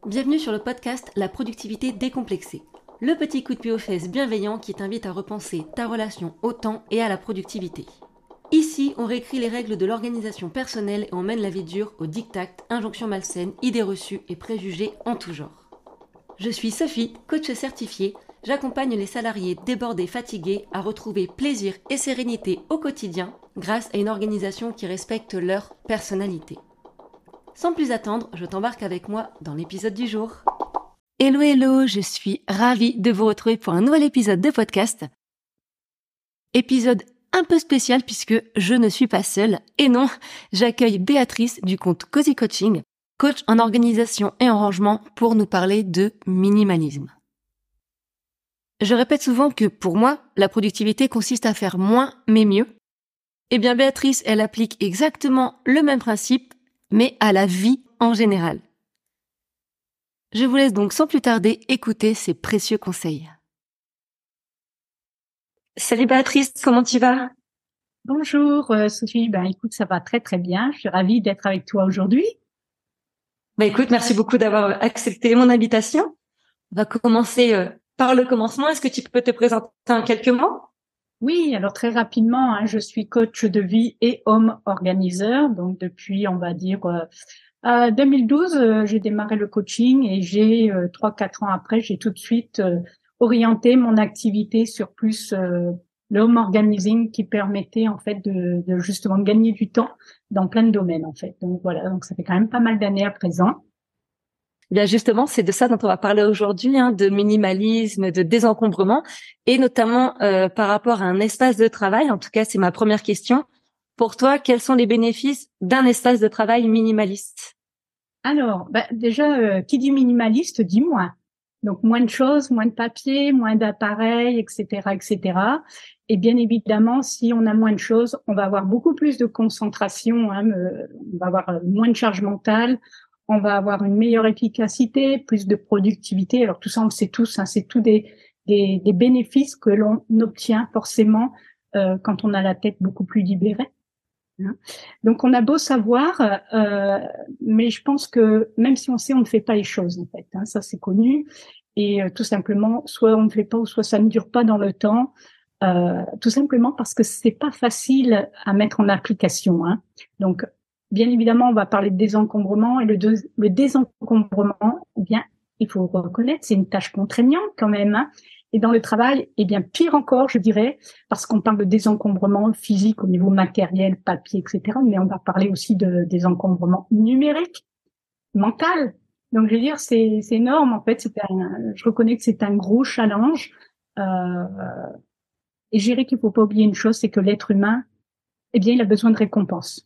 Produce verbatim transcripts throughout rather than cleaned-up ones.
Bienvenue sur le podcast La productivité décomplexée, le petit coup de pied aux fesses bienveillant qui t'invite à repenser ta relation au temps et à la productivité. Ici, on réécrit les règles de l'organisation personnelle et on mène la vie dure aux diktats, injonctions malsaines, idées reçues et préjugés en tout genre. Je suis Sophie, coach certifiée. J'accompagne les salariés débordés, fatigués à retrouver plaisir et sérénité au quotidien grâce à une organisation qui respecte leur personnalité. Sans plus attendre, je t'embarque avec moi dans l'épisode du jour. Hello hello, je suis ravie de vous retrouver pour un nouvel épisode de podcast. Épisode un peu spécial puisque je ne suis pas seule. Et non, j'accueille Béatrice du compte Cozy Coaching, coach en organisation et en rangement pour nous parler de minimalisme. Je répète souvent que pour moi, la productivité consiste à faire moins mais mieux. Eh bien Béatrice, elle applique exactement le même principe mais à la vie en général. Je vous laisse donc sans plus tarder écouter ces précieux conseils. Salut Béatrice, comment tu vas ? Bonjour euh, Sophie, ben écoute, ça va très très bien. Je suis ravie d'être avec toi aujourd'hui. Bah écoute, merci beaucoup d'avoir accepté mon invitation. On va commencer euh, par le commencement. Est-ce que tu peux te présenter en quelques mots ? Oui, alors très rapidement, hein, je suis coach de vie et homme organiseur. Donc depuis, on va dire, euh, euh, deux mille douze, euh, j'ai démarré le coaching et j'ai euh, trois quatre ans après, j'ai tout de suite euh, orienté mon activité sur plus euh, le home organizing qui permettait en fait de, de justement gagner du temps dans plein de domaines en fait. Donc voilà, donc ça fait quand même pas mal d'années à présent. Bien justement, c'est de ça dont on va parler aujourd'hui, hein, de minimalisme, de désencombrement, et notamment euh, par rapport à un espace de travail. En tout cas, c'est ma première question. Pour toi, quels sont les bénéfices d'un espace de travail minimaliste ? Alors, bah, déjà, euh, qui dit minimaliste dit moins. Donc, moins de choses, moins de papier, moins d'appareils, et cetera, et cetera. Et bien évidemment, si on a moins de choses, on va avoir beaucoup plus de concentration, hein, euh, on va avoir euh, moins de charge mentale, on va avoir une meilleure efficacité, plus de productivité. Alors, tout ça, on le sait tous, hein, c'est tout des, des, des bénéfices que l'on obtient forcément euh, quand on a la tête beaucoup plus libérée. Hein. Donc on a beau savoir, euh, mais je pense que même si on sait, on ne fait pas les choses en fait. Hein, ça c'est connu. Et euh, tout simplement, soit on ne fait pas, ou soit ça ne dure pas dans le temps. Euh, tout simplement parce que c'est pas facile à mettre en application. Hein. Donc bien évidemment, on va parler de désencombrement et le, de, le désencombrement, eh bien il faut reconnaître, c'est une tâche contraignante quand même. Hein. Et dans le travail, eh bien pire encore, je dirais, parce qu'on parle de désencombrement physique au niveau matériel, papier, et cetera. Mais on va parler aussi de désencombrement numérique, mental. Donc je veux dire, c'est, c'est énorme en fait. C'est un, je reconnais que c'est un gros challenge. Euh, et je dirais qu'il faut pas oublier une chose, c'est que l'être humain, eh bien, il a besoin de récompenses.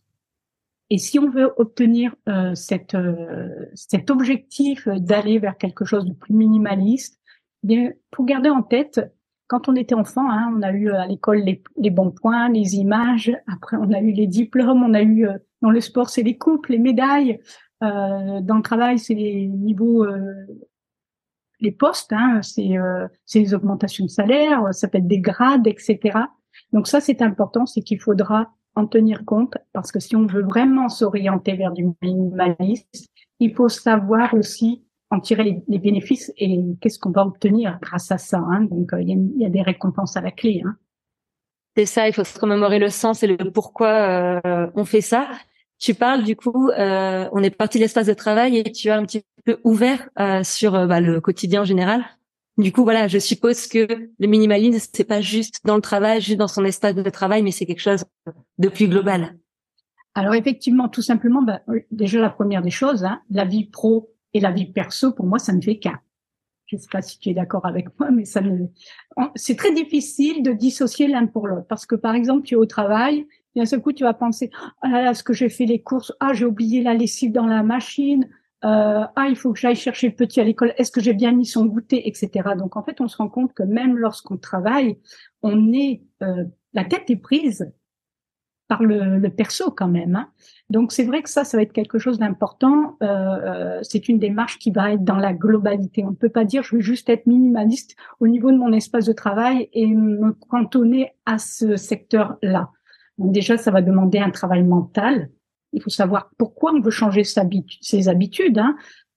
Et si on veut obtenir euh, cette, euh, cet objectif d'aller vers quelque chose de plus minimaliste, eh bien, faut garder en tête, quand on était enfant, hein, on a eu à l'école les, les bons points, les images. Après, on a eu les diplômes. On a eu euh, dans le sport, c'est les coupes, les médailles. Euh, dans le travail, c'est les niveaux, euh, les postes. Hein, c'est euh, c'est les augmentations de salaire. Ça peut être des grades, et cetera. Donc ça, c'est important, c'est qu'il faudra en tenir compte, parce que si on veut vraiment s'orienter vers du minimalisme, il faut savoir aussi en tirer les, les bénéfices et qu'est-ce qu'on va obtenir grâce à ça. Hein. Donc, euh, il y, a, il y a des récompenses à la clé. Hein. C'est ça, il faut se remémorer le sens et le pourquoi euh, on fait ça. Tu parles du coup, euh, on est parti de l'espace de travail et tu as un petit peu ouvert euh, sur euh, bah, le quotidien en général. Du coup, voilà, je suppose que le minimalisme, c'est pas juste dans le travail, juste dans son espace de travail, mais c'est quelque chose de plus global. Alors effectivement, tout simplement, bah, déjà la première des choses, hein, la vie pro et la vie perso, pour moi, ça ne fait qu'un. Je ne sais pas si tu es d'accord avec moi, mais ça ne, c'est très difficile de dissocier l'un pour l'autre. Parce que, par exemple, tu es au travail, et d'un seul coup, tu vas penser, ah là là, est-ce que j'ai fait les courses? Ah, j'ai oublié la lessive dans la machine. Euh, ah, il faut que j'aille chercher le petit à l'école. Est-ce que j'ai bien mis son goûter, et cetera. Donc, en fait, on se rend compte que même lorsqu'on travaille, on est, euh, la tête est prise par le, le perso quand même. Hein. Donc c'est vrai que ça, ça va être quelque chose d'important. Euh, c'est une démarche qui va être dans la globalité. On ne peut pas dire je veux juste être minimaliste au niveau de mon espace de travail et me cantonner à ce secteur-là. Donc déjà, ça va demander un travail mental. Il faut savoir pourquoi on veut changer ses habitudes. Hein.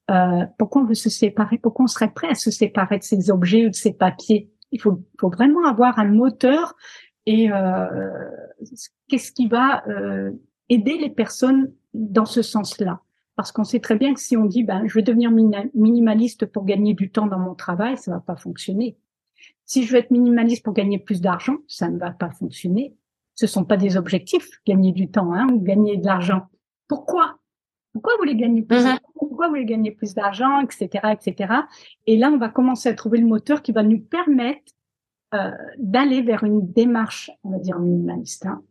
Euh, pourquoi on veut se séparer? Pourquoi on serait prêt à se séparer de ces objets ou de ces papiers? Il faut, faut vraiment avoir un moteur et euh, qu'est-ce qui va euh, aider les personnes dans ce sens-là? Parce qu'on sait très bien que si on dit ben je vais devenir minimaliste pour gagner du temps dans mon travail, ça va pas fonctionner. Si je veux être minimaliste pour gagner plus d'argent, ça ne va pas fonctionner. Ce sont pas des objectifs, gagner du temps hein, ou gagner de l'argent. Pourquoi? Pourquoi vous voulez gagner plus d'argent? Pourquoi vous voulez gagner plus d'argent, et cetera, et cetera. Et là, on va commencer à trouver le moteur qui va nous permettre euh, d'aller vers une démarche, on va dire minimaliste. Hein.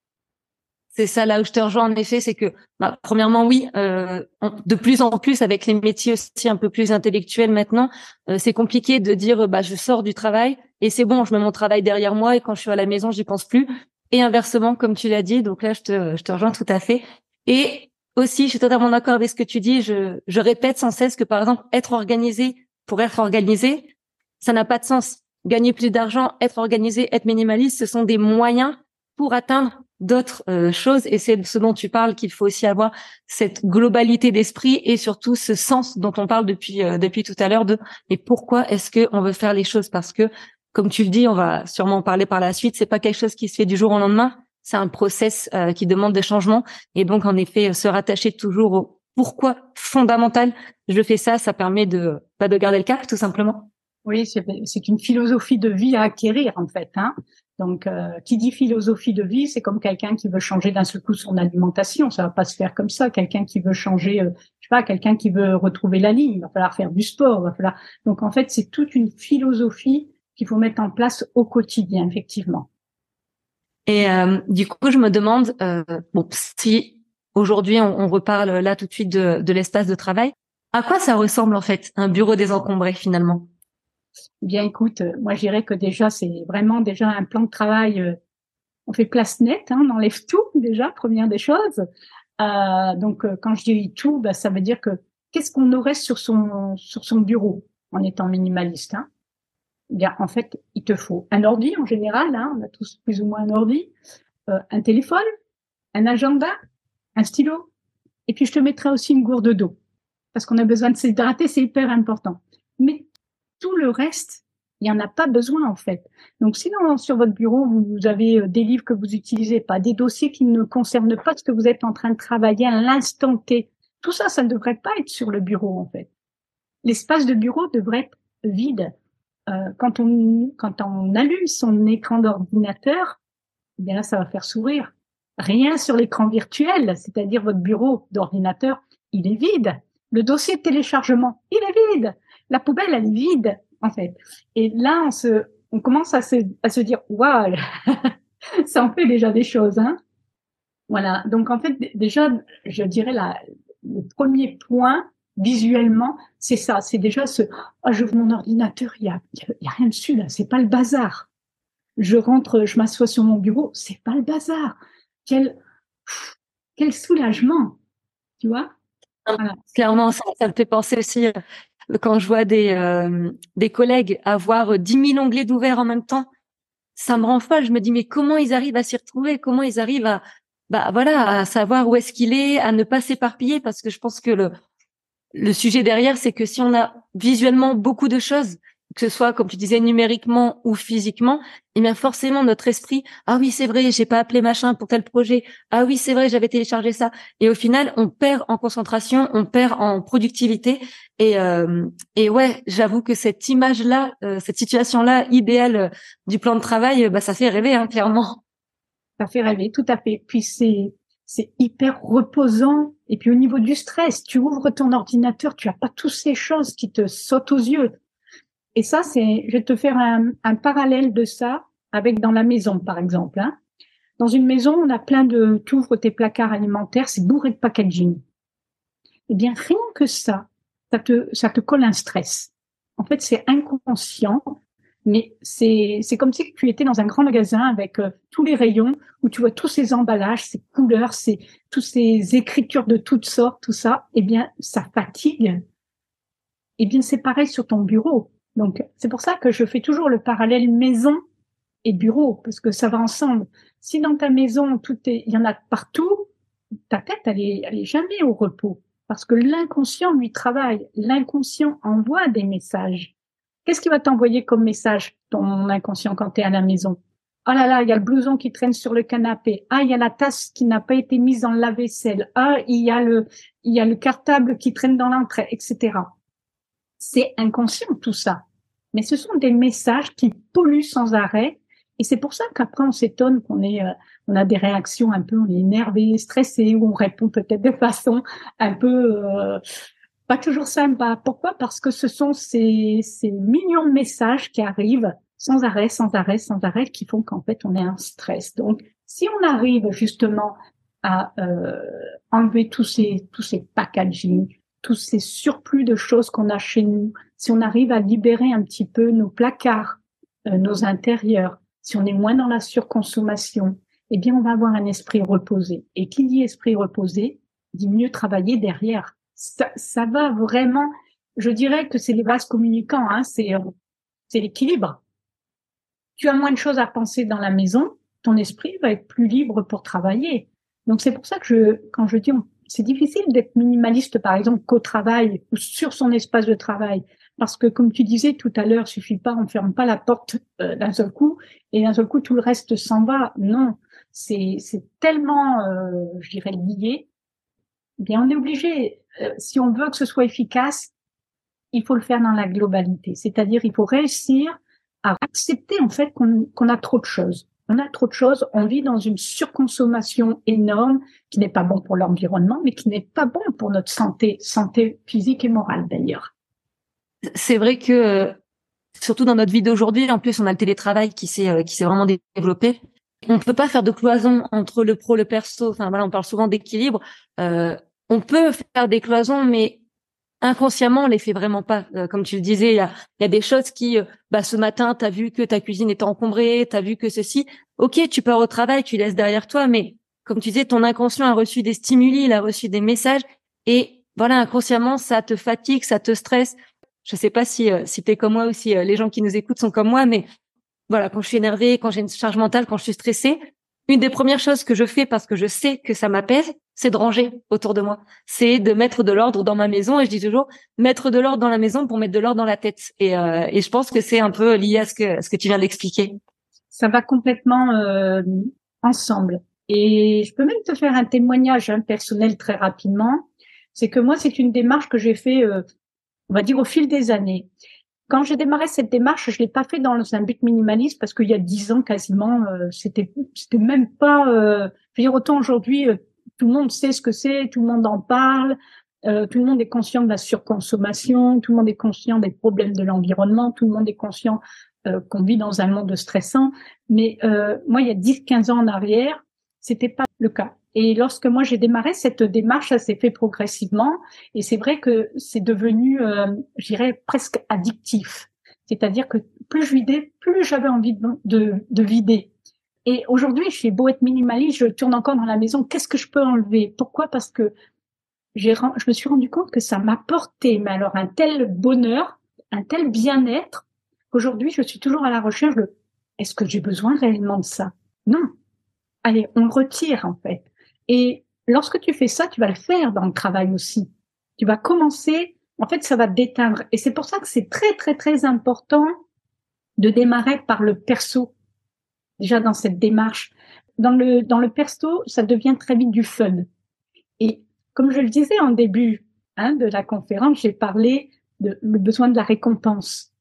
C'est ça là où je te rejoins en effet, c'est que bah, premièrement oui, euh, on, de plus en plus avec les métiers aussi un peu plus intellectuels maintenant, euh, c'est compliqué de dire bah je sors du travail et c'est bon, je mets mon travail derrière moi et quand je suis à la maison j'y pense plus. Et inversement comme tu l'as dit, donc là je te je te rejoins tout à fait. Et aussi je suis totalement d'accord avec ce que tu dis. Je je répète sans cesse que par exemple être organisé pour être organisé, ça n'a pas de sens. Gagner plus d'argent, être organisé, être minimaliste, ce sont des moyens pour atteindre d'autres euh, choses et c'est ce dont tu parles qu'il faut aussi avoir cette globalité d'esprit et surtout ce sens dont on parle depuis euh, depuis tout à l'heure de mais pourquoi est-ce que on veut faire les choses parce que comme tu le dis on va sûrement en parler par la suite c'est pas quelque chose qui se fait du jour au lendemain c'est un process euh, qui demande des changements et donc en effet se rattacher toujours au pourquoi fondamental je fais ça ça permet de pas de garder le cap tout simplement. Oui, c'est, c'est une philosophie de vie à acquérir en fait. Hein. Donc, euh, qui dit philosophie de vie, c'est comme quelqu'un qui veut changer d'un seul coup son alimentation. Ça va pas se faire comme ça. Quelqu'un qui veut changer, euh, je sais pas, quelqu'un qui veut retrouver la ligne, il va falloir faire du sport, il va falloir. Donc, en fait, c'est toute une philosophie qu'il faut mettre en place au quotidien, effectivement. Et euh, du coup, je me demande, euh, bon, si aujourd'hui on, on reparle là tout de suite de, de l'espace de travail, à quoi ça ressemble en fait un bureau désencombré finalement? Bien, écoute, euh, moi je dirais que déjà c'est vraiment déjà un plan de travail. Euh, on fait place nette, hein, on enlève tout déjà, première des choses. Euh, donc euh, quand je dis tout, bah, ça veut dire que qu'est-ce qu'on aurait sur son sur son bureau en étant minimaliste. Hein. Bien, en fait, il te faut un ordi en général. Hein, on a tous plus ou moins un ordi, euh, un téléphone, un agenda, un stylo, et puis je te mettrai aussi une gourde d'eau parce qu'on a besoin de s'hydrater, c'est hyper important. Mais tout le reste, il n'y en a pas besoin en fait. Donc sinon, sur votre bureau, vous avez des livres que vous utilisez pas, des dossiers qui ne concernent pas ce que vous êtes en train de travailler à l'instant T. Tout ça, ça ne devrait pas être sur le bureau en fait. L'espace de bureau devrait être vide. Euh, quand on quand on allume son écran d'ordinateur, eh bien là, ça va faire sourire. Rien sur l'écran virtuel, c'est-à-dire votre bureau d'ordinateur, il est vide. Le dossier de téléchargement, il est vide. La poubelle, elle est vide, en fait. Et là, on se, on commence à se, à se dire, waouh, ça en fait déjà des choses, hein. Voilà. Donc, en fait, déjà, je dirais la, le premier point, visuellement, c'est ça. C'est déjà ce, oh, j'ouvre mon ordinateur, il y a, il y a rien dessus, là. C'est pas le bazar. Je rentre, je m'assois sur mon bureau, c'est pas le bazar. Quel, quel soulagement, tu vois. Voilà. Clairement, ça, ça me fait penser aussi euh, quand je vois des euh, des collègues avoir dix mille onglets d'ouverts en même temps, ça me rend folle. Je me dis mais comment ils arrivent à s'y retrouver? Comment ils arrivent à bah voilà à savoir où est-ce qu'il est, à ne pas s'éparpiller parce que je pense que le le sujet derrière, c'est que si on a visuellement beaucoup de choses, que ce soit, comme tu disais, numériquement ou physiquement, eh bien forcément notre esprit, ah oui, c'est vrai, j'ai pas appelé machin pour tel projet. Ah oui, c'est vrai, j'avais téléchargé ça. Et au final, on perd en concentration, on perd en productivité. Et euh, et ouais, j'avoue que cette image-là, euh, cette situation-là idéale euh, du plan de travail, euh, bah ça fait rêver, hein, clairement. Ça fait rêver, tout à fait. Puis c'est c'est hyper reposant. Et puis au niveau du stress, tu ouvres ton ordinateur, tu as pas toutes ces choses qui te sautent aux yeux. Et ça, c'est, je vais te faire un, un parallèle de ça avec dans la maison, par exemple. Hein. Dans une maison, on a plein de, tu ouvres tes placards alimentaires, c'est bourré de packaging. Eh bien, rien que ça, ça te, ça te colle un stress. En fait, c'est inconscient, mais c'est, c'est comme si tu étais dans un grand magasin avec euh, tous les rayons où tu vois tous ces emballages, ces couleurs, ces, tous ces écritures de toutes sortes, tout ça. Eh bien, ça fatigue. Eh bien, c'est pareil sur ton bureau. Donc, c'est pour ça que je fais toujours le parallèle maison et bureau, parce que ça va ensemble. Si dans ta maison, tout est, il y en a partout, ta tête, elle est, elle est jamais au repos. parce que l'inconscient lui travaille. L'inconscient envoie des messages. Qu'est-ce qu'il va t'envoyer comme message, ton inconscient, quand tu es à la maison? Oh là là, il y a le blouson qui traîne sur le canapé. Ah, il y a la tasse qui n'a pas été mise dans le lave-vaisselle. Ah, il y a le, il y a le cartable qui traîne dans l'entrée, et cetera. C'est inconscient tout ça. Mais ce sont des messages qui polluent sans arrêt. Et c'est pour ça qu'après, on s'étonne qu'on est, euh, on a des réactions un peu, on est énervé, stressé, ou on répond peut-être de façon un peu, euh, pas toujours sympa. Pourquoi? Parce que ce sont ces, ces millions de messages qui arrivent sans arrêt, sans arrêt, sans arrêt, qui font qu'en fait, on est en stress. Donc, si on arrive justement à euh, enlever tous ces, tous ces packaging, tous ces surplus de choses qu'on a chez nous, si on arrive à libérer un petit peu nos placards, euh, nos intérieurs, si on est moins dans la surconsommation, eh bien, on va avoir un esprit reposé. Et qui dit esprit reposé, dit mieux travailler derrière. Ça, ça va vraiment, je dirais que c'est les vases communicants, hein, c'est, c'est l'équilibre. Tu as moins de choses à penser dans la maison, ton esprit va être plus libre pour travailler. Donc, c'est pour ça que je, quand je dis, c'est difficile d'être minimaliste, par exemple, qu'au travail ou sur son espace de travail. Parce que, comme tu disais tout à l'heure, suffit pas, on ferme pas la porte euh, d'un seul coup et d'un seul coup, tout le reste s'en va. Non. C'est, c'est tellement, euh, je dirais, lié. Eh bien, on est obligé, euh, si on veut que ce soit efficace, il faut le faire dans la globalité. C'est-à-dire, il faut réussir à accepter, en fait, qu'on, qu'on a trop de choses. On a trop de choses, on vit dans une surconsommation énorme qui n'est pas bon pour l'environnement, mais qui n'est pas bon pour notre santé, santé physique et morale d'ailleurs. C'est vrai que, euh, surtout dans notre vie d'aujourd'hui, en plus on a le télétravail qui s'est euh, qui s'est vraiment développé. On peut pas faire de cloison entre le pro, le perso. Enfin voilà, on parle souvent d'équilibre. Euh, on peut faire des cloisons, mais inconsciemment, on les fait vraiment pas. Euh, comme tu le disais, il y a, il y a des choses qui, euh, bah, ce matin, t'as vu que ta cuisine était encombrée, t'as vu que ceci. Ok, tu pars au travail, tu laisses derrière toi, mais comme tu disais, ton inconscient a reçu des stimuli, il a reçu des messages, et voilà, inconsciemment, ça te fatigue, ça te stresse. Je sais pas si, euh, si t'es comme moi ou si euh, les gens qui nous écoutent sont comme moi, mais voilà, quand je suis énervée, quand j'ai une charge mentale, quand je suis stressée, une des premières choses que je fais parce que je sais que ça m'apaise, c'est de ranger autour de moi. C'est de mettre de l'ordre dans ma maison. Et je dis toujours, mettre de l'ordre dans la maison pour mettre de l'ordre dans la tête. Et, euh, et je pense que c'est un peu lié à ce que, à ce que tu viens d'expliquer. Ça va complètement euh, ensemble. Et je peux même te faire un témoignage hein, personnel très rapidement. C'est que moi, c'est une démarche que j'ai fait, euh, on va dire, au fil des années. Quand j'ai démarré cette démarche, je l'ai pas fait dans un but minimaliste parce qu'il y a dix ans quasiment, euh, c'était, c'était même pas. Euh, je veux dire, autant aujourd'hui, euh, tout le monde sait ce que c'est, tout le monde en parle, euh, tout le monde est conscient de la surconsommation, tout le monde est conscient des problèmes de l'environnement, tout le monde est conscient euh, qu'on vit dans un monde stressant. Mais euh, moi, il y a dix, quinze ans en arrière, c'était pas le cas. Et lorsque moi j'ai démarré cette démarche, ça s'est fait progressivement. Et c'est vrai que c'est devenu, euh, je dirais, presque addictif. C'est-à-dire que plus je vidais, plus j'avais envie de, de, de vider. Et aujourd'hui, je suis beau être minimaliste, je tourne encore dans la maison. Qu'est-ce que je peux enlever? Pourquoi? Parce que j'ai, je me suis rendu compte que ça m'apportait, mais alors un tel bonheur, un tel bien-être, qu'aujourd'hui, je suis toujours à la recherche de est-ce que j'ai besoin réellement de ça? Non. Allez, on le retire en fait. Et lorsque tu fais ça, tu vas le faire dans le travail aussi. Tu vas commencer, en fait, ça va te déteindre. Et c'est pour ça que c'est très, très, très important de démarrer par le perso. Déjà dans cette démarche. Dans le, dans le perso, ça devient très vite du fun. Et comme je le disais en début hein, de la conférence, j'ai parlé de le besoin de la récompense.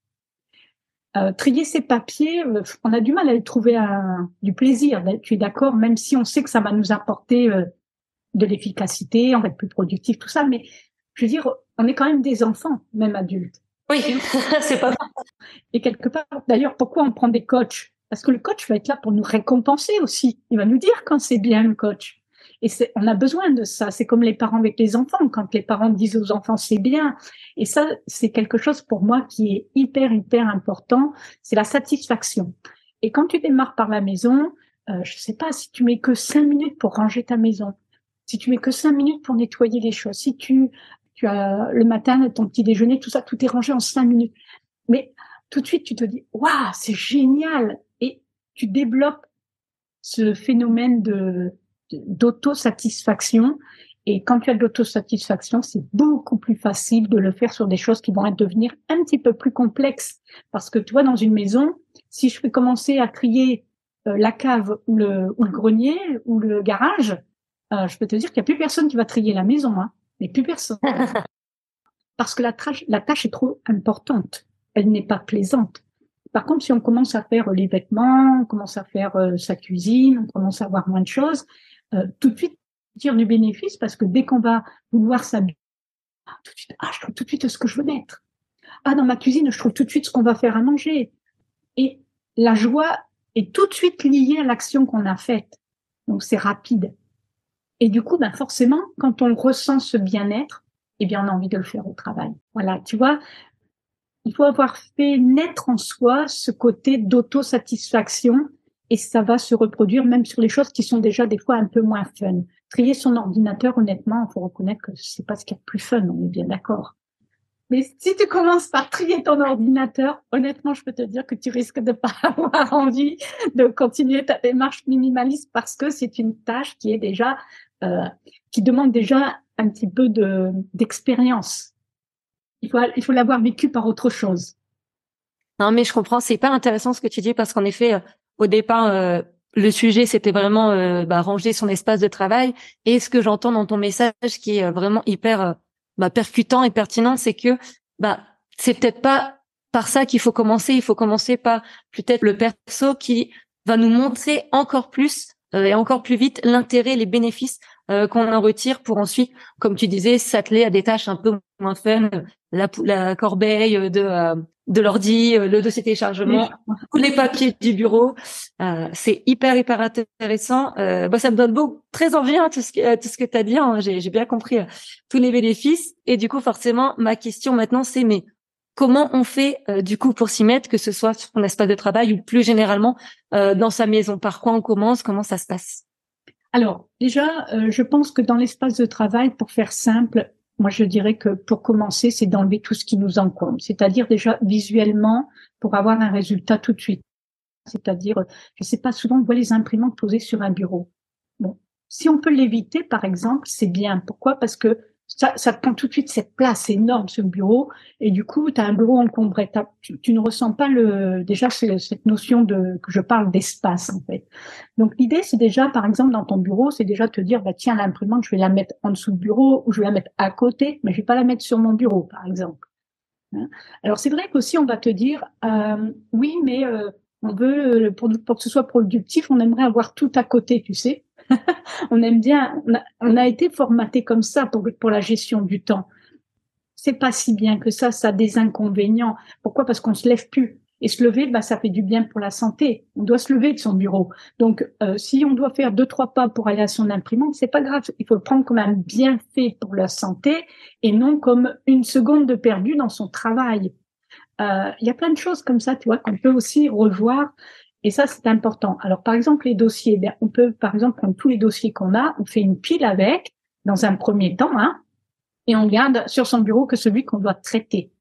Euh, trier ces papiers, euh, on a du mal à y trouver un, du plaisir. Tu es d'accord, même si on sait que ça va nous apporter euh, de l'efficacité, on va être plus productif, tout ça. Mais je veux dire, on est quand même des enfants, même adultes. Oui, c'est pas. Et quelque part, d'ailleurs, pourquoi on prend des coachs? Parce que le coach va être là pour nous récompenser aussi. Il va nous dire quand c'est bien le coach. Et c'est, on a besoin de ça. C'est comme les parents avec les enfants. Quand les parents disent aux enfants c'est bien. Et ça, c'est quelque chose pour moi qui est hyper, hyper important. C'est la satisfaction. Et quand tu démarres par la maison, euh, je sais pas, si tu mets que cinq minutes pour ranger ta maison, si tu mets que cinq minutes pour nettoyer les choses, si tu, tu as le matin, ton petit déjeuner, tout ça, tout est rangé en cinq minutes. Mais tout de suite, tu te dis, waouh, c'est génial. Et tu développes ce phénomène de, d'autosatisfaction Et quand tu as de l'autosatisfaction, c'est beaucoup plus facile de le faire sur des choses qui vont être devenir un petit peu plus complexes. Parce que tu vois, dans une maison, si je fais commencer à trier euh, la cave ou le, ou le grenier ou le garage, euh, je peux te dire qu'il n'y a plus personne qui va trier la maison, hein. Mais plus personne. Parce que la tâche, la tâche est trop importante. Elle n'est pas plaisante. Par contre, si on commence à faire les vêtements, on commence à faire euh, sa cuisine, on commence à avoir moins de choses, euh, tout de suite, tire du bénéfice parce que dès qu'on va vouloir s'habiller, ah, tout de suite, ah, je trouve tout de suite ce que je veux mettre. Ah, dans ma cuisine, je trouve tout de suite ce qu'on va faire à manger. Et la joie est tout de suite liée à l'action qu'on a faite. Donc, c'est rapide. Et du coup, ben, forcément, quand on ressent ce bien-être, eh bien, on a envie de le faire au travail. Voilà. Tu vois, il faut avoir fait naître en soi ce côté d'autosatisfaction et ça va se reproduire même sur les choses qui sont déjà des fois un peu moins fun. Trier son ordinateur, honnêtement, il faut reconnaître que c'est pas ce qu'il y a de plus fun, on est bien d'accord. Mais si tu commences par trier ton ordinateur, honnêtement, je peux te dire que tu risques de pas avoir envie de continuer ta démarche minimaliste parce que c'est une tâche qui est déjà, euh, qui demande déjà un petit peu de, d'expérience. Il faut, il faut l'avoir vécu par autre chose. Non, mais je comprends, c'est pas intéressant ce que tu dis parce qu'en effet, euh, au départ, euh, le sujet c'était vraiment euh, bah, ranger son espace de travail. Et ce que j'entends dans ton message, qui est euh, vraiment hyper euh, bah, percutant et pertinent, c'est que bah c'est peut-être pas par ça qu'il faut commencer. Il faut commencer par peut-être le perso qui va nous montrer encore plus euh, et encore plus vite l'intérêt, les bénéfices euh, qu'on en retire pour ensuite, comme tu disais, s'atteler à des tâches un peu moins fun, la, la corbeille de euh, de l'ordi, le dossier téléchargement, tous les papiers du bureau. Euh, c'est hyper, hyper intéressant. Euh, bah, ça me donne beau, très envie, hein, tout ce que, tout ce que tu as dit. Hein. J'ai, j'ai bien compris euh, tous les bénéfices. Et du coup, forcément, ma question maintenant, c'est mais comment on fait euh, du coup pour s'y mettre, que ce soit sur son espace de travail ou plus généralement euh, dans sa maison? Par quoi on commence? Comment ça se passe? Alors, déjà, euh, je pense que dans l'espace de travail, pour faire simple, moi, je dirais que pour commencer, c'est d'enlever tout ce qui nous encombre. C'est-à-dire déjà visuellement pour avoir un résultat tout de suite. C'est-à-dire, je sais pas, souvent on voit les imprimantes posées sur un bureau. Bon, si on peut l'éviter, par exemple, c'est bien. Pourquoi? Parce que ça, ça prend tout de suite cette place énorme sur le bureau et du coup, tu as un bureau encombré. Tu, tu ne ressens pas le déjà cette notion de que je parle d'espace en fait. Donc l'idée, c'est déjà, par exemple, dans ton bureau, c'est déjà te dire, bah tiens, l'imprimante, je vais la mettre en dessous du bureau ou je vais la mettre à côté, mais je vais pas la mettre sur mon bureau, par exemple. Alors c'est vrai qu'aussi on va te dire, euh, oui, mais euh, on veut pour, pour que ce soit productif, on aimerait avoir tout à côté, tu sais. On aime bien, on a, on a été formaté comme ça pour pour la gestion du temps. C'est pas si bien que ça, ça a des inconvénients. Pourquoi? Parce qu'on se lève plus. Et se lever, bah, ça fait du bien pour la santé. On doit se lever de son bureau. Donc, euh, si on doit faire deux, trois pas pour aller à son imprimante, c'est pas grave. Il faut le prendre comme un bienfait pour la santé et non comme une seconde de perdu dans son travail. Euh, il y a plein de choses comme ça, tu vois, qu'on peut aussi revoir. Et ça, c'est important. Alors, par exemple, les dossiers, ben, on peut, par exemple, prendre tous les dossiers qu'on a, on fait une pile avec, dans un premier temps, hein, et on garde sur son bureau que celui qu'on doit traiter.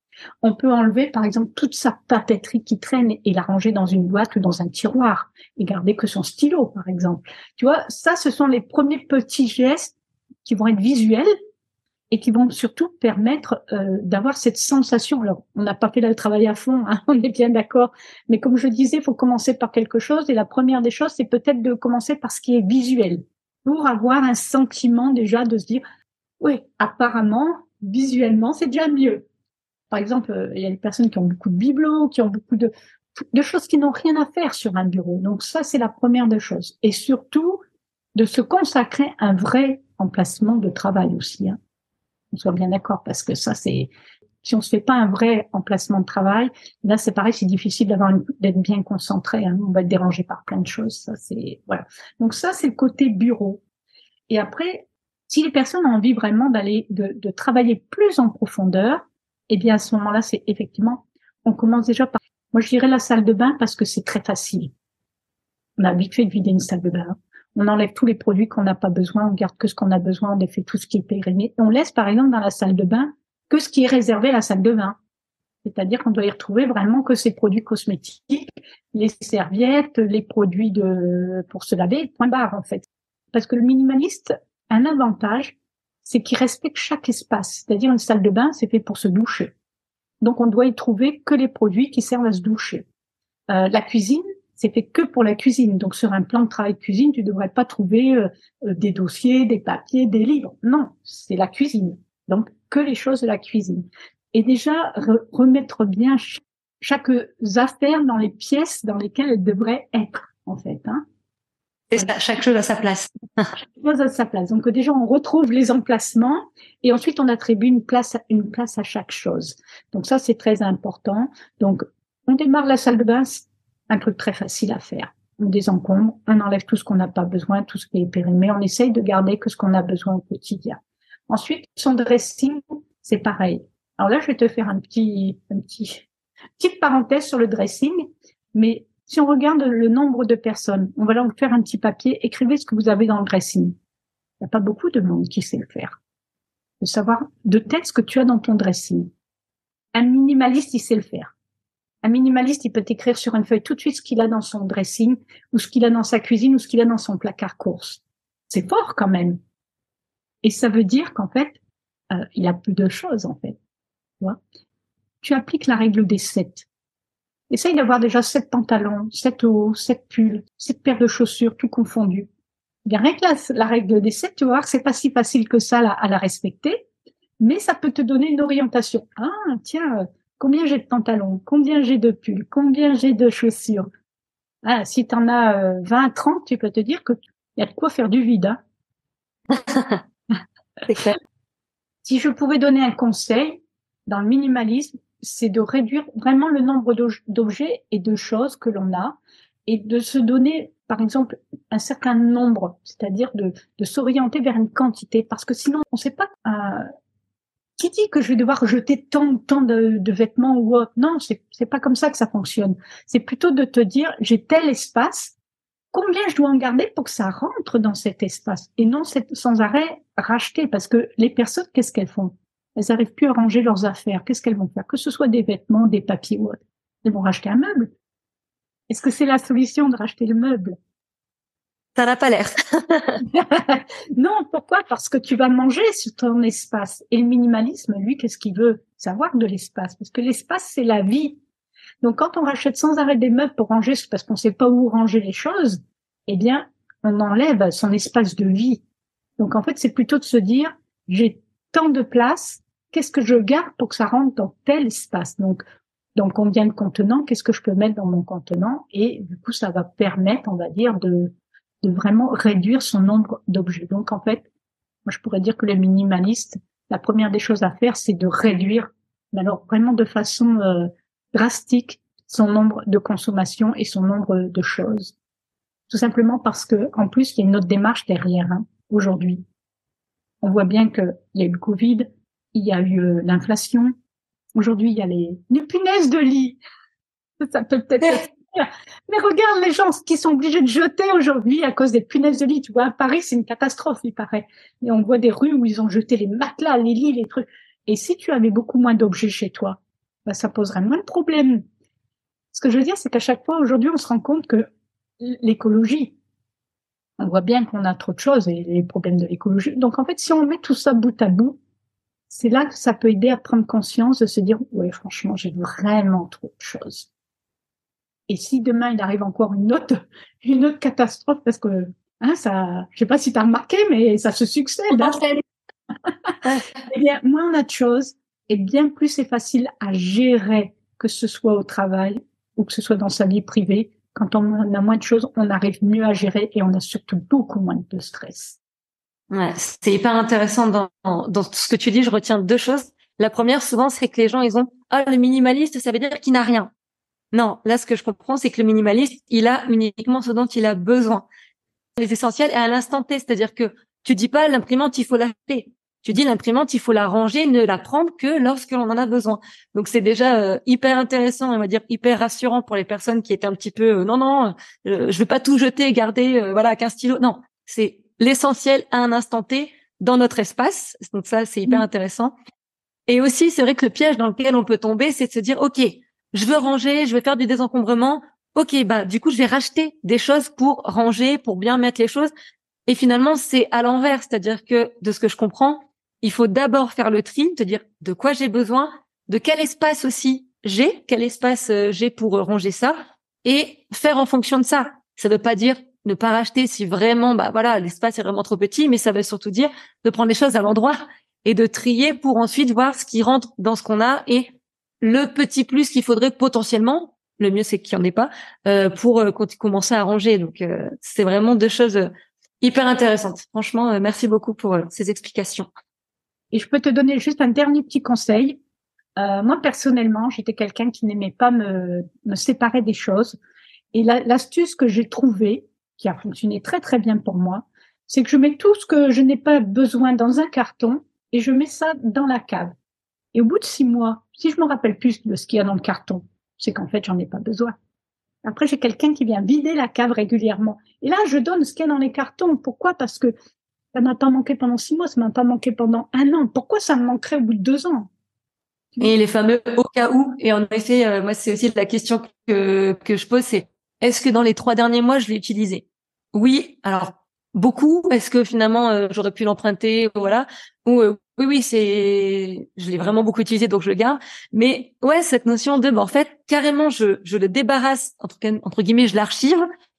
On peut enlever, par exemple, toute sa papeterie qui traîne et la ranger dans une boîte ou dans un tiroir et garder que son stylo, par exemple. Tu vois, ça, ce sont les premiers petits gestes qui vont être visuels et qui vont surtout permettre euh, d'avoir cette sensation. Alors, on n'a pas fait le travail à fond, hein, on est bien d'accord, mais comme je disais, il faut commencer par quelque chose et la première des choses, c'est peut-être de commencer par ce qui est visuel pour avoir un sentiment déjà de se dire, oui, apparemment, visuellement, c'est déjà mieux. Par exemple, euh, il y a des personnes qui ont beaucoup de bibelots, qui ont beaucoup de, de choses qui n'ont rien à faire sur un bureau. Donc ça, c'est la première des choses. Et surtout, de se consacrer à un vrai emplacement de travail aussi. Hein. On soit bien d'accord, parce que ça, c'est si on se fait pas un vrai emplacement de travail, là, c'est pareil, c'est difficile d'avoir une, d'être bien concentré. Hein. On va être dérangé par plein de choses. Ça, c'est voilà. Donc ça, c'est le côté bureau. Et après, si les personnes ont envie vraiment d'aller de, de travailler plus en profondeur, eh bien, à ce moment-là, c'est effectivement, on commence déjà par, moi, je dirais la salle de bain parce que c'est très facile. On a vite fait de vider une salle de bain. On enlève tous les produits qu'on n'a pas besoin, on garde que ce qu'on a besoin, on défait tout ce qui est périmé. On laisse, par exemple, dans la salle de bain, que ce qui est réservé à la salle de bain. C'est-à-dire qu'on doit y retrouver vraiment que ces produits cosmétiques, les serviettes, les produits de, pour se laver, point barre, en fait. Parce que le minimaliste a un avantage, c'est qu'ils respectent chaque espace. C'est-à-dire une salle de bain, c'est fait pour se doucher. Donc on doit y trouver que les produits qui servent à se doucher. Euh, la cuisine, c'est fait que pour la cuisine. Donc sur un plan de travail de cuisine, tu devrais pas trouver euh, des dossiers, des papiers, des livres. Non, c'est la cuisine. Donc que les choses de la cuisine. Et déjà re- remettre bien ch- chaque affaire dans les pièces dans lesquelles elle devrait être, en fait. Hein. Et ça, chaque chose à sa place. Chaque chose à sa place. Donc déjà on retrouve les emplacements et ensuite on attribue une place, à, une place à chaque chose. Donc ça c'est très important. Donc on démarre la salle de bain, c'est un truc très facile à faire. On désencombre, on enlève tout ce qu'on n'a pas besoin, tout ce qui est périmé. On essaye de garder que ce qu'on a besoin au quotidien. Ensuite son dressing, c'est pareil. Alors là je vais te faire un petit, un petit, petite parenthèse sur le dressing, mais si on regarde le nombre de personnes, on va leur faire un petit papier, écrivez ce que vous avez dans le dressing. Il n'y a pas beaucoup de monde qui sait le faire. De savoir de tête ce que tu as dans ton dressing. Un minimaliste, il sait le faire. Un minimaliste, il peut écrire sur une feuille tout de suite ce qu'il a dans son dressing, ou ce qu'il a dans sa cuisine, ou ce qu'il a dans son placard course. C'est fort quand même. Et ça veut dire qu'en fait, euh, il a plus de choses en fait. Tu vois, tu appliques la règle des sept. Essaye d'avoir déjà sept pantalons, sept hauts, sept pulls, sept paires de chaussures, tout confondu. Bien, rien que la, la règle des sept, tu vas voir que c'est pas si facile que ça à, à la respecter, mais ça peut te donner une orientation. Ah, tiens, combien j'ai de pantalons, combien j'ai de pulls, combien j'ai de chaussures. Ah, si t'en as euh, vingt, trente, tu peux te dire que il y a de quoi faire du vide. Hein. C'est clair. Si je pouvais donner un conseil dans le minimalisme, c'est de réduire vraiment le nombre d'objets et de choses que l'on a et de se donner, par exemple, un certain nombre, c'est-à-dire de, de s'orienter vers une quantité, parce que sinon, on ne sait pas euh, qui dit que je vais devoir jeter tant, tant de, de vêtements ou autre. Non, c'est, c'est pas comme ça que ça fonctionne. C'est plutôt de te dire, j'ai tel espace, combien je dois en garder pour que ça rentre dans cet espace et non sans arrêt racheter, parce que les personnes, qu'est-ce qu'elles font? Elles n'arrivent plus à ranger leurs affaires. Qu'est-ce qu'elles vont faire? Que ce soit des vêtements, des papiers ou autre. Elles vont racheter un meuble. Est-ce que c'est la solution de racheter le meuble? Ça n'a pas l'air. Non, pourquoi? Parce que tu vas manger sur ton espace. Et le minimalisme, lui, qu'est-ce qu'il veut? Savoir de l'espace. Parce que l'espace, c'est la vie. Donc, quand on rachète sans arrêt des meubles pour ranger, c'est parce qu'on ne sait pas où ranger les choses, eh bien, on enlève son espace de vie. Donc, en fait, c'est plutôt de se dire, j'ai tant de place, qu'est-ce que je garde pour que ça rentre dans tel espace? Donc, dans combien de contenants, qu'est-ce que je peux mettre dans mon contenant? Et du coup, ça va permettre, on va dire, de, de vraiment réduire son nombre d'objets. Donc, en fait, moi, je pourrais dire que le minimaliste, la première des choses à faire, c'est de réduire, mais alors vraiment de façon euh, drastique, son nombre de consommation et son nombre de choses. Tout simplement parce que, en plus, il y a une autre démarche derrière, hein, aujourd'hui. On voit bien qu'il y a eu le Covid, il y a eu euh, l'inflation. Aujourd'hui, il y a les, les punaises de lit. Ça peut peut-être être... Mais regarde les gens qui sont obligés de jeter aujourd'hui à cause des punaises de lit. Tu vois, à Paris, c'est une catastrophe, il paraît. Et on voit des rues où ils ont jeté les matelas, les lits, les trucs. Et si tu avais beaucoup moins d'objets chez toi, bah, ça poserait moins de problèmes. Ce que je veux dire, c'est qu'à chaque fois, aujourd'hui, on se rend compte que l'écologie, on voit bien qu'on a trop de choses et les problèmes de l'écologie. Donc, en fait, si on met tout ça bout à bout, c'est là que ça peut aider à prendre conscience de se dire, ouais, franchement, j'ai vraiment trop de choses. Et si demain, il arrive encore une autre, une autre catastrophe, parce que, hein, ça, je sais pas si tu as remarqué, mais ça se succède. Hein. Eh bien, moins on a de choses, et bien plus c'est facile à gérer, que ce soit au travail ou que ce soit dans sa vie privée. Quand on a moins de choses, on arrive mieux à gérer et on a surtout beaucoup moins de stress. Ouais, c'est hyper intéressant dans, dans ce que tu dis. Je retiens deux choses. La première, souvent, c'est que les gens, ils ont « Ah, le minimaliste, ça veut dire qu'il n'a rien ». Non, là, ce que je comprends, c'est que le minimaliste, il a uniquement ce dont il a besoin. Les essentiels et à l'instant T, c'est-à-dire que tu dis pas l'imprimante, il faut l'acheter. Tu dis l'imprimante, il faut la ranger, ne la prendre que lorsque l'on en a besoin. Donc c'est déjà euh, hyper intéressant, on va dire hyper rassurant pour les personnes qui étaient un petit peu euh, non non, euh, je vais pas tout jeter, garder euh, voilà qu'un stylo. Non, c'est l'essentiel à un instant T dans notre espace. Donc ça c'est hyper intéressant. Et aussi c'est vrai que le piège dans lequel on peut tomber, c'est de se dire OK, je veux ranger, je veux faire du désencombrement. OK, bah du coup je vais racheter des choses pour ranger, pour bien mettre les choses. Et finalement c'est à l'envers, c'est-à-dire que de ce que je comprends, il faut d'abord faire le tri, te dire de quoi j'ai besoin, de quel espace aussi j'ai, quel espace euh, j'ai pour euh, ranger ça, et faire en fonction de ça. Ça veut pas dire ne pas racheter si vraiment, bah voilà, l'espace est vraiment trop petit, mais ça veut surtout dire de prendre les choses à l'endroit et de trier pour ensuite voir ce qui rentre dans ce qu'on a et le petit plus qu'il faudrait potentiellement. Le mieux, c'est qu'il n'y en ait pas, euh, pour euh, commencer à ranger. Donc, euh, c'est vraiment deux choses euh, hyper intéressantes. Franchement, euh, merci beaucoup pour euh, ces explications. Et je peux te donner juste un dernier petit conseil. Euh, moi, personnellement, j'étais quelqu'un qui n'aimait pas me, me séparer des choses. Et la, l'astuce que j'ai trouvée, qui a fonctionné très très bien pour moi, c'est que je mets tout ce que je n'ai pas besoin dans un carton et je mets ça dans la cave. Et au bout de six mois, si je me rappelle plus de ce qu'il y a dans le carton, c'est qu'en fait, j'en ai pas besoin. Après, j'ai quelqu'un qui vient vider la cave régulièrement. Et là, je donne ce qu'il y a dans les cartons. Pourquoi? Parce que ça m'a pas manqué pendant six mois, ça m'a pas manqué pendant un an. Pourquoi ça me manquerait au bout de deux ans? Et les fameux au cas où. Et en effet, euh, moi, c'est aussi la question que que je pose, c'est est-ce que dans les trois derniers mois, je l'ai utilisé? Oui. Alors beaucoup. Est-ce que finalement, euh, j'aurais pu l'emprunter? Voilà. Ou euh, oui, oui, c'est, je l'ai vraiment beaucoup utilisé, donc je le garde. Mais ouais, cette notion de, bah, en fait, carrément, je je le débarrasse entre entre guillemets, je l'archive.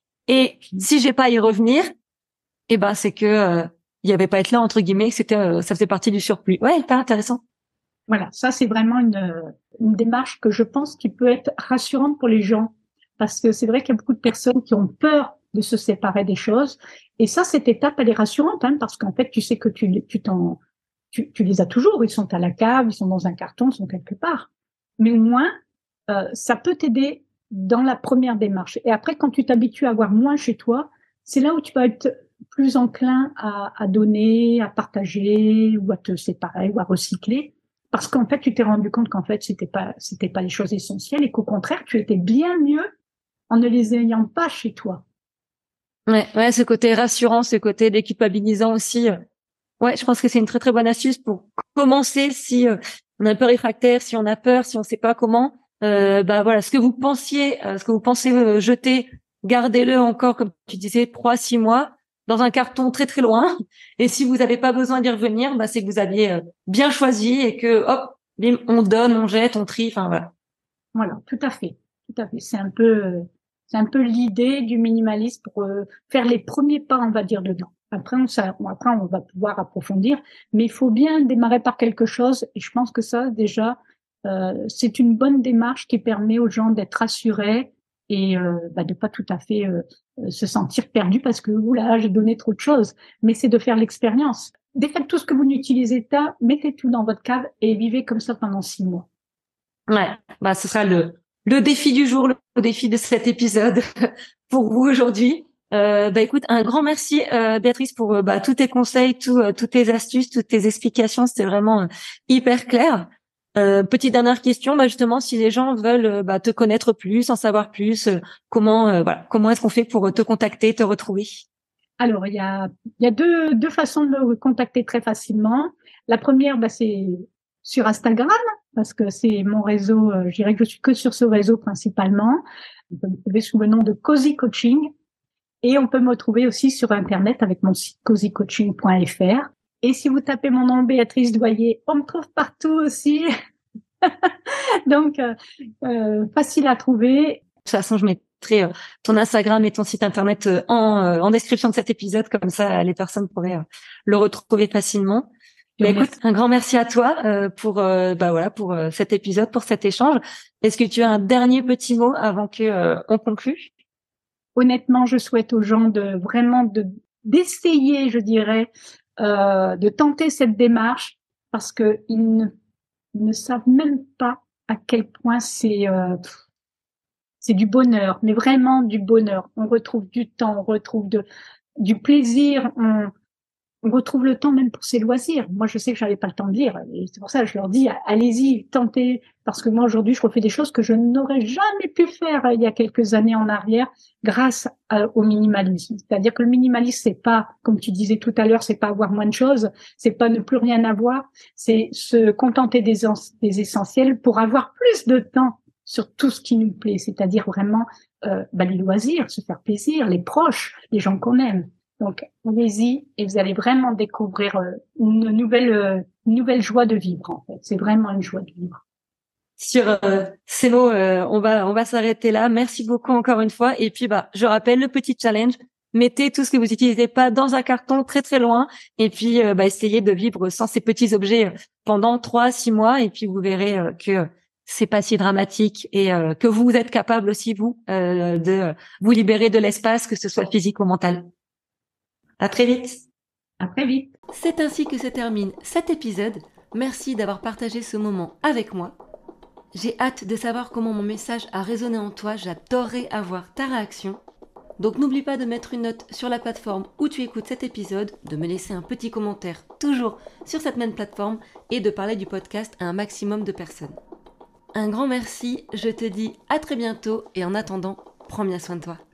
Et si j'ai pas à y revenir, eh ben c'est que euh, il y avait pas à être là entre guillemets, c'était euh, ça faisait partie du surplus. Ouais, hyper intéressant. Voilà, ça c'est vraiment une, une démarche que je pense qui peut être rassurante pour les gens. Parce que c'est vrai qu'il y a beaucoup de personnes qui ont peur de se séparer des choses. Et ça, cette étape, elle est rassurante, hein, parce qu'en fait, tu sais que tu, tu t'en, tu, tu les as toujours. Ils sont à la cave, ils sont dans un carton, ils sont quelque part. Mais au moins, euh, ça peut t'aider dans la première démarche. Et après, quand tu t'habitues à avoir moins chez toi, c'est là où tu vas être plus enclin à, à donner, à partager, ou à te séparer, ou à recycler. Parce qu'en fait, tu t'es rendu compte qu'en fait, c'était pas, c'était pas les choses essentielles et qu'au contraire, tu étais bien mieux en ne les ayant pas chez toi. Ouais, ouais, ce côté rassurant, ce côté déculpabilisant aussi. Ouais, je pense que c'est une très très bonne astuce pour commencer si euh, on est un peu réfractaire, si on a peur, si on sait pas comment. Euh, bah voilà, ce que vous pensiez, euh, ce que vous pensez euh, jeter, gardez-le encore, comme tu disais, trois, six mois dans un carton très très loin. Et si vous n'avez pas besoin d'y revenir, bah c'est que vous aviez euh, bien choisi et que hop, bim, on donne, on jette, on trie. Enfin voilà. Voilà, tout à fait, tout à fait. C'est un peu, c'est un peu l'idée du minimalisme pour euh, faire les premiers pas, on va dire, dedans. Après, on, ça, après, on va pouvoir approfondir, mais il faut bien démarrer par quelque chose. Et je pense que ça, déjà, euh, c'est une bonne démarche qui permet aux gens d'être rassurés et euh, bah, de pas tout à fait euh, se sentir perdu parce que oula, j'ai donné trop de choses. Mais c'est de faire l'expérience. Défaites tout ce que vous n'utilisez pas, mettez tout dans votre cave et vivez comme ça pendant six mois. Ouais, bah ce sera le le défi du jour, le, le défi de cet épisode pour vous aujourd'hui. Euh, bah écoute, un grand merci euh, Béatrice pour euh, bah, tous tes conseils, tout, euh, toutes tes astuces, toutes tes explications, c'était vraiment euh, hyper clair. Euh, petite dernière question, bah justement, si les gens veulent euh, bah, te connaître plus, en savoir plus, euh, comment euh, voilà, comment est-ce qu'on fait pour te contacter, te retrouver? Alors, il y a, il y a deux, deux façons de me contacter très facilement. La première, bah, c'est sur Instagram, parce que c'est mon réseau, euh, je dirais que je suis que sur ce réseau principalement. On peut me trouver sous le nom de Cozy Coaching. Et on peut me trouver aussi sur Internet avec mon site cozy coaching point f r. Et si vous tapez mon nom, Béatrice Doyer, on me trouve partout aussi. Donc, euh, euh, facile à trouver. De toute façon, je mettrai euh, ton Instagram et ton site internet euh, en, euh, en description de cet épisode, comme ça les personnes pourraient euh, le retrouver facilement. Bah, écoute, un grand merci à toi euh, pour euh, bah voilà pour euh, cet épisode, pour cet échange. Est-ce que tu as un dernier petit mot avant que euh, on conclue? Honnêtement, je souhaite aux gens de vraiment de d'essayer, je dirais, euh, de tenter cette démarche parce que ils ne, ils ne savent même pas à quel point c'est euh, c'est du bonheur, mais vraiment du bonheur. On retrouve du temps, on retrouve de du plaisir, on, on retrouve le temps même pour ses loisirs. Moi, je sais que j'avais pas le temps de lire. Et c'est pour ça que je leur dis, allez-y, tentez. Parce que moi, aujourd'hui, je refais des choses que je n'aurais jamais pu faire il y a quelques années en arrière grâce à, au minimalisme. C'est-à-dire que le minimalisme, c'est pas, comme tu disais tout à l'heure, c'est pas avoir moins de choses, c'est pas ne plus rien avoir, c'est se contenter des, des essentiels pour avoir plus de temps sur tout ce qui nous plaît. C'est-à-dire vraiment, euh, bah, les loisirs, se faire plaisir, les proches, les gens qu'on aime. Donc, allez-y et vous allez vraiment découvrir euh, une nouvelle, euh, une nouvelle joie de vivre, en fait. C'est vraiment une joie de vivre. Sur euh, ces mots, euh, on va on va s'arrêter là. Merci beaucoup encore une fois. Et puis bah, je rappelle le petit challenge. Mettez tout ce que vous utilisez pas dans un carton très très loin. Et puis euh, bah, essayez de vivre sans ces petits objets pendant trois six mois. Et puis vous verrez euh, que c'est pas si dramatique et euh, que vous êtes capable aussi vous euh, de vous libérer de l'espace, que ce soit physique ou mental. À très vite. À très vite. C'est ainsi que se termine cet épisode. Merci d'avoir partagé ce moment avec moi. J'ai hâte de savoir comment mon message a résonné en toi, j'adorerais avoir ta réaction. Donc n'oublie pas de mettre une note sur la plateforme où tu écoutes cet épisode, de me laisser un petit commentaire toujours sur cette même plateforme et de parler du podcast à un maximum de personnes. Un grand merci, je te dis à très bientôt et en attendant, prends bien soin de toi.